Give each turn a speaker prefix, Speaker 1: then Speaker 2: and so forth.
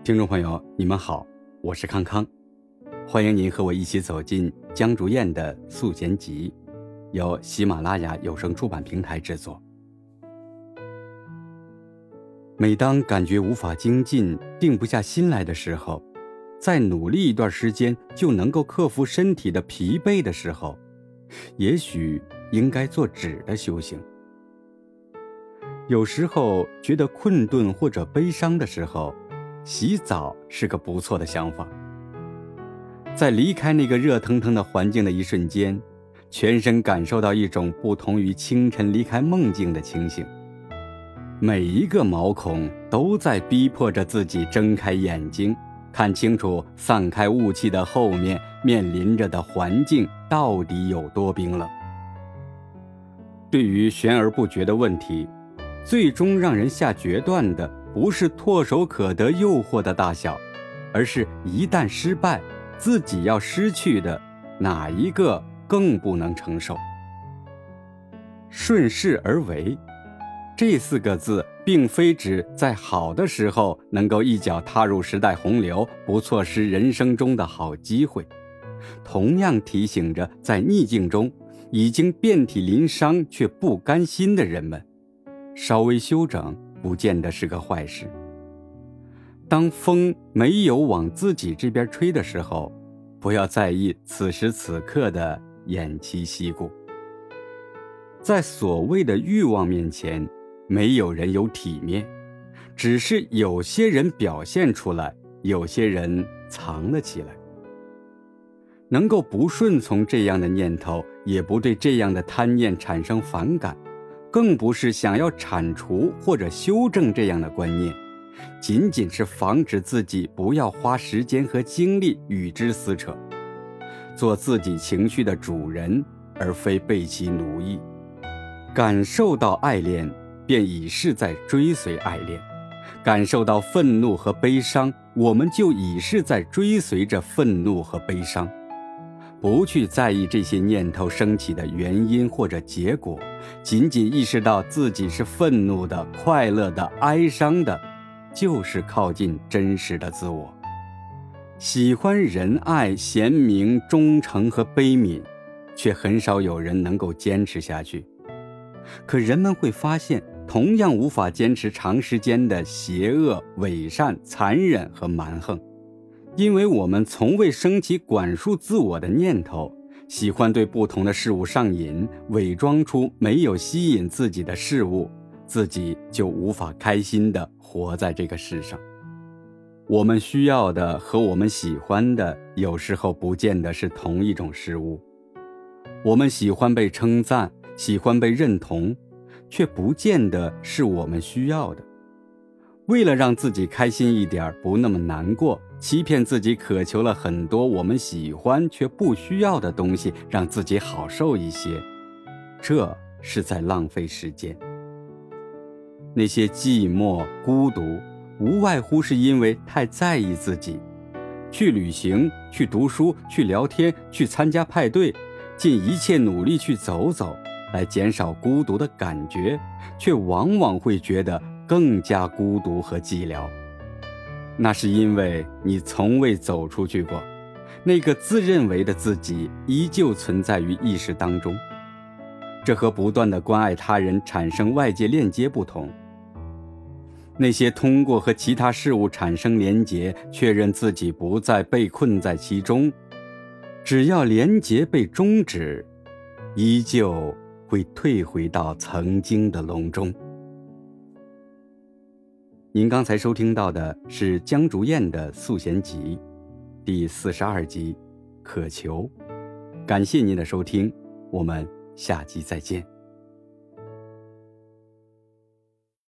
Speaker 1: 听众朋友，你们好，我是康康，欢迎您和我一起走进江竹燕的素贤集，由喜马拉雅有声出版平台制作。每当感觉无法精进、定不下心来的时候，再努力一段时间就能够克服身体的疲惫的时候，也许应该做止的修行。有时候觉得困顿或者悲伤的时候，洗澡是个不错的想法。在离开那个热腾腾的环境的一瞬间，全身感受到一种不同于清晨离开梦境的清醒。每一个毛孔都在逼迫着自己睁开眼睛，看清楚散开雾气的后面面临着的环境到底有多冰冷。对于悬而不决的问题，最终让人下决断的不是唾手可得诱惑的大小，而是一旦失败，自己要失去的哪一个更不能承受。顺势而为，这4个字并非指在好的时候能够一脚踏入时代洪流，不错失人生中的好机会，同样提醒着在逆境中已经遍体鳞伤却不甘心的人们，稍微休整不见得是个坏事。当风没有往自己这边吹的时候，不要在意此时此刻的偃旗息鼓。在所谓的欲望面前，没有人有体面，只是有些人表现出来，有些人藏了起来。能够不顺从这样的念头，也不对这样的贪念产生反感，更不是想要铲除或者修正这样的观念，仅仅是防止自己不要花时间和精力与之撕扯，做自己情绪的主人，而非被其奴役。感受到爱恋，便已是在追随爱恋；感受到愤怒和悲伤，我们就已是在追随着愤怒和悲伤。不去在意这些念头升起的原因或者结果，仅仅意识到自己是愤怒的、快乐的、哀伤的，就是靠近真实的自我。喜欢仁爱、贤明、忠诚和悲悯，却很少有人能够坚持下去。可人们会发现，同样无法坚持长时间的邪恶、伪善、残忍和蛮横。因为我们从未升起管束自我的念头，喜欢对不同的事物上瘾，伪装出没有吸引自己的事物，自己就无法开心地活在这个世上。我们需要的和我们喜欢的，有时候不见得是同一种事物。我们喜欢被称赞，喜欢被认同，却不见得是我们需要的。为了让自己开心一点，不那么难过，欺骗自己渴求了很多我们喜欢却不需要的东西，让自己好受一些，这是在浪费时间。那些寂寞、孤独，无外乎是因为太在意自己。去旅行，去读书，去聊天，去参加派对，尽一切努力去走走，来减少孤独的感觉，却往往会觉得更加孤独和寂寥。那是因为你从未走出去过，那个自认为的自己依旧存在于意识当中。这和不断的关爱他人产生外界链接不同。那些通过和其他事物产生连结，确认自己不再被困在其中，只要连结被终止，依旧会退回到曾经的笼中。您刚才收听到的是江竹燕的素贤集第42集渴求。感谢您的收听，我们下集再见。